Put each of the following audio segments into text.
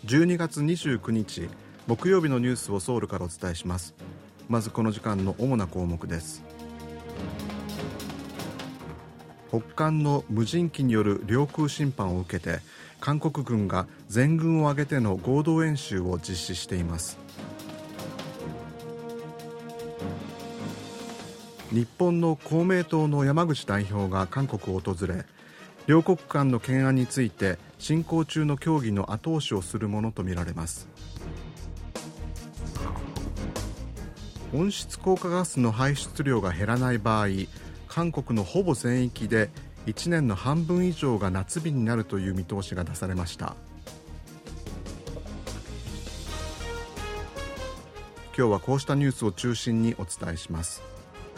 12月29日木曜日のニュースをソウルからお伝えします。まずこの時間の主な項目です。北韓の無人機による領空侵犯を受けて韓国軍が全軍を挙げての合同演習を実施しています。日本の公明党の山口代表が韓国を訪れ、両国間の懸案について進行中の協議の後押しをするものとみられます。温室効果ガスの排出量が減らない場合、韓国のほぼ全域で1年の半分以上が夏日になるという見通しが出されました。今日はこうしたニュースを中心にお伝えします。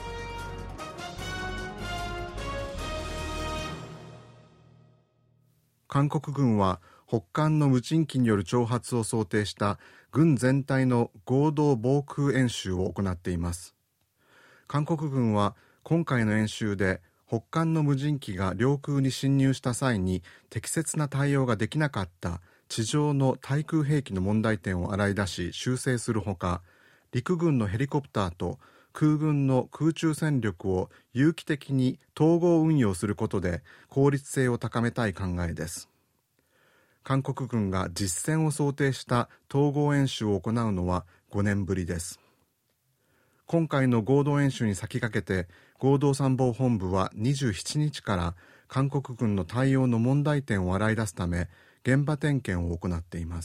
韓国軍は北韓の無人機による挑発を想定した軍全体の合同防空演習を行っています。韓国軍は今回の演習で北韓の無人機が領空に侵入した際に適切な対応ができなかった地上の対空兵器の問題点を洗い出し修正するほか、陸軍のヘリコプターと空軍の空中戦力を有機的に統合運用することで効率性を高めたい考えです。韓国軍が実戦を想定した統合演習を行うのは5年ぶりです。今回の合同演習に先駆けて合同参謀本部は27日から韓国軍の対応の問題点を洗い出すため現場点検を行っています。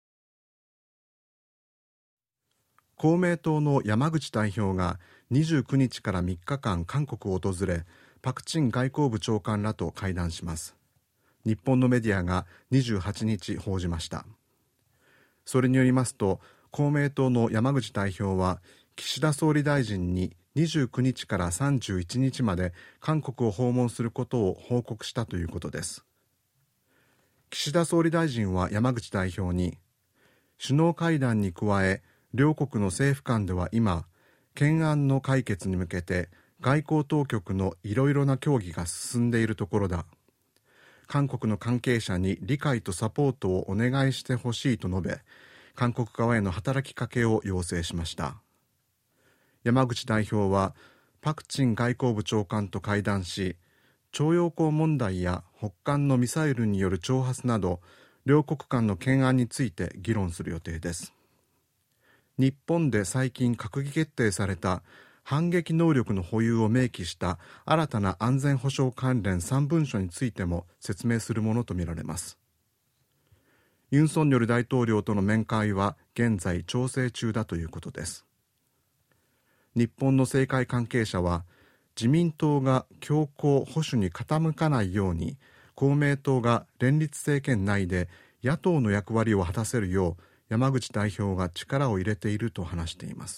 公明党の山口代表が29日から3日間韓国を訪れ、パク・チン外交部長官らと会談します。日本のメディアが28日報じました。それによりますと、公明党の山口代表は岸田総理大臣に29日から31日まで韓国を訪問することを報告したということです。岸田総理大臣は山口代表に、首脳会談に加え両国の政府間では今、懸案の解決に向けて外交当局のいろいろな協議が進んでいるところだ。韓国の関係者に理解とサポートをお願いしてほしいと述べ、韓国側への働きかけを要請しました。山口代表はパク・チン外交部長官と会談し、徴用工問題や北韓のミサイルによる挑発など両国間の懸案について議論する予定です。日本で最近閣議決定された反撃能力の保有を明記した新たな安全保障関連3文書についても説明するものとみられます。ユン・ソンニョル大統領との面会は現在調整中だということです。日本の政界関係者は、自民党が強硬保守に傾かないように公明党が連立政権内で野党の役割を果たせるよう山口代表が力を入れていると話しています。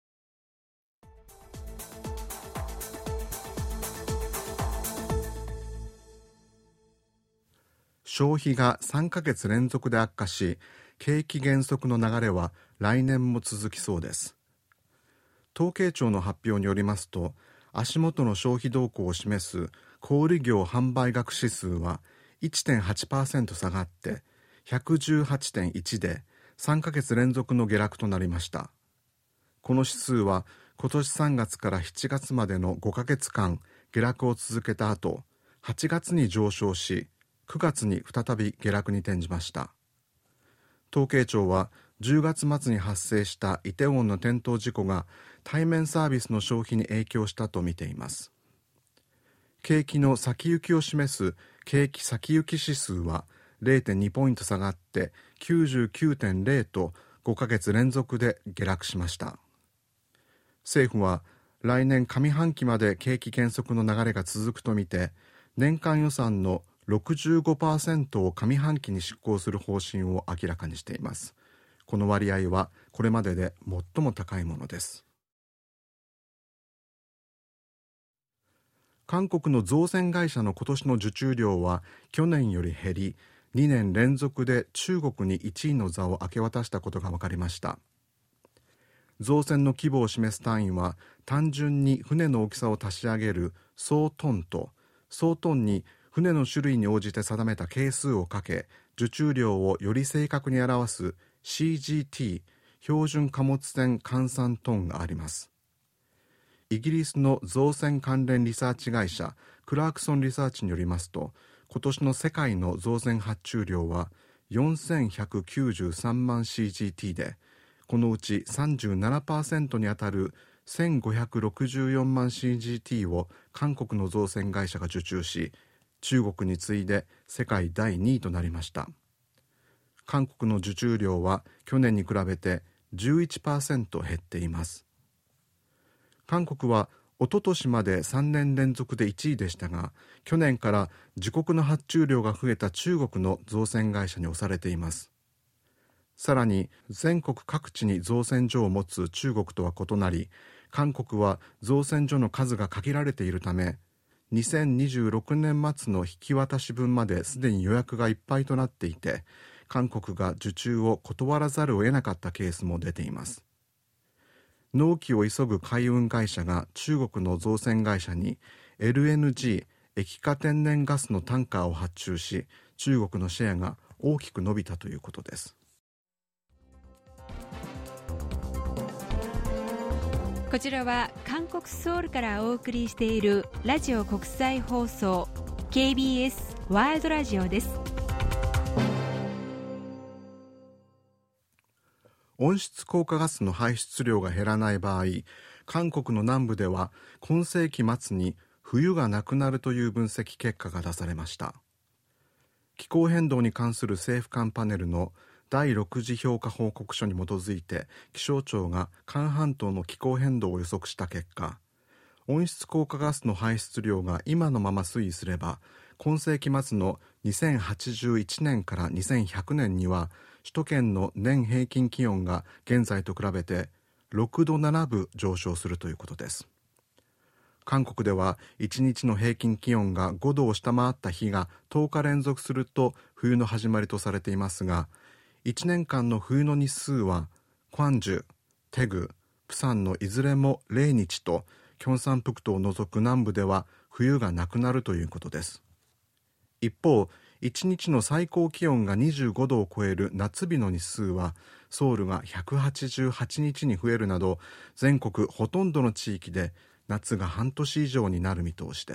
消費が3ヶ月連続で悪化し、景気減速の流れは来年も続きそうです。統計庁の発表によりますと、足元の消費動向を示す小売業販売額指数は 1.8% 下がって118.1 で3ヶ月連続の下落となりました。この指数は今年3月から7月までの5ヶ月間下落を続けた後、8月に上昇し、9月に再び下落に転じました。統計庁は10月末に発生したイテウォンの転倒事故が対面サービスの消費に影響したと見ています。景気の先行きを示す景気先行き指数は 0.2 ポイント下がって 99.0 と5ヶ月連続で下落しました。政府は来年上半期まで景気減速の流れが続くとみて、年間予算の 65% を上半期に執行する方針を明らかにしています。この割合はこれまでで最も高いものです。韓国の造船会社の今年の受注量は去年より減り、2年連続で中国に1位の座を明け渡したことが分かりました。造船の規模を示す単位は単純に船の大きさを足し上げる総トンと総トンに船の種類に応じて定めた係数をかけ受注量をより正確に表す CGT 標準貨物船換算トンがあります。イギリスの造船関連リサーチ会社クラークソンリサーチによりますと、今年の世界の造船発注量は4193万 CGT で、このうち 37% にあたる1564万 CGT を韓国の造船会社が受注し、中国に次いで世界第2位となりました。韓国の受注量は去年に比べて 11% 減っています。韓国はおととしまで3年連続で1位でしたが、去年から自国の発注量が増えた中国の造船会社に押されています。さらに全国各地に造船所を持つ中国とは異なり、韓国は造船所の数が限られているため、2026年末の引き渡し分まですでに予約がいっぱいとなっていて、韓国が受注を断らざるを得なかったケースも出ています。納期を急ぐ海運会社が中国の造船会社に LNG 液化天然ガスのタンカーを発注し、中国のシェアが大きく伸びたということです。 こちらは韓国ソウルからお送りしているラジオ国際放送 KBS ワールドラジオです。 温室効果ガスの排出量が減らない場合、韓国の南部では今世紀末に冬がなくなるという分析結果が出されました。気候変動に関する政府間パネルの第6次評価報告書に基づいて気象庁が韓半島の気候変動を予測した結果、温室効果ガスの排出量が今のまま推移すれば、今世紀末の2081年から2100年には首都圏の年平均気温が現在と比べて6度7分上昇するということです。韓国では1日の平均気温が5度を下回った日が10日連続すると冬の始まりとされていますが、1年間の冬の日数はクァンジュ、テグ、プサンのいずれも0日と、キョンサンプクトを除く南部では冬がなくなるということです。一方、1日の最高気温が25度を超える夏日の日数はソウルが188日に増えるなど、全国ほとんどの地域で夏が半年以上になる見通しです。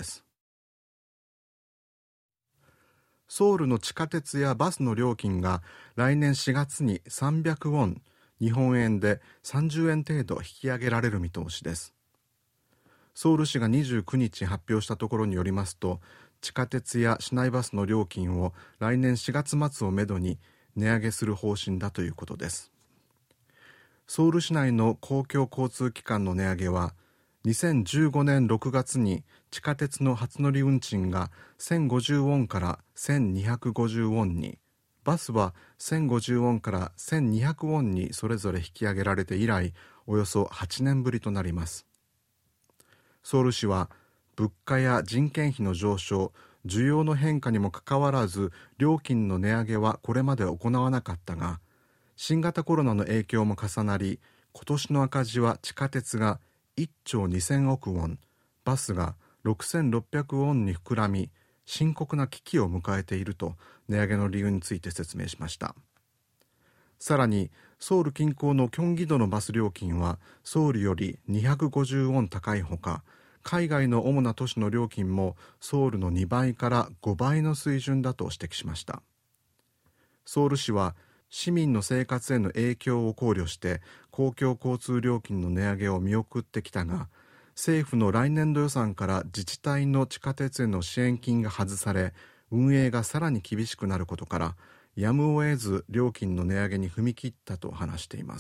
ソウルの地下鉄やバスの料金が来年4月に300ウォン、日本円で30円程度引き上げられる見通しです。ソウル市が29日発表したところによりますと、地下鉄や市内バスの料金を来年4月末をめどに値上げする方針だということです。ソウル市内の公共交通機関の値上げは、2015年6月に地下鉄の初乗り運賃が1050ウォンから1250ウォンに、バスは1050ウォンから1200ウォンにそれぞれ引き上げられて以来、およそ8年ぶりとなります。ソウル市は、物価や人件費の上昇、需要の変化にもかかわらず、料金の値上げはこれまで行わなかったが、新型コロナの影響も重なり、今年の赤字は地下鉄が1兆2000億ウォン、バスが6600ウォンに膨らみ、深刻な危機を迎えていると値上げの理由について説明しました。さらに、ソウル近郊のキョンギ道のバス料金はソウルより250ウォン高いほか、海外の主な都市の料金もソウルの2倍から5倍の水準だと指摘しました。ソウル市は市民の生活への影響を考慮して公共交通料金の値上げを見送ってきたが、政府の来年度予算から自治体の地下鉄への支援金が外され、運営がさらに厳しくなることから、やむを得ず料金の値上げに踏み切ったと話しています。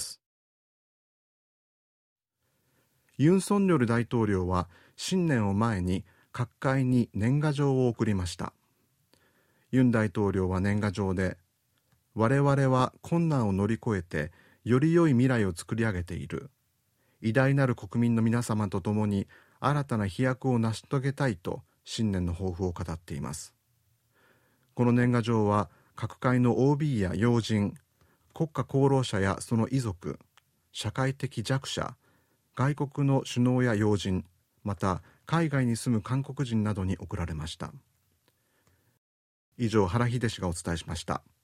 ユン・ソンニョル大統領は新年を前に各界に年賀状を送りました。ユン大統領は年賀状で、我々は困難を乗り越えてより良い未来を作り上げている。偉大なる国民の皆様と共に新たな飛躍を成し遂げたいと新年の抱負を語っています。この年賀状は各界の OB や要人、国家功労者やその遺族、社会的弱者、外国の首脳や要人、また海外に住む韓国人などに送られました。以上、原秀氏がお伝えしました。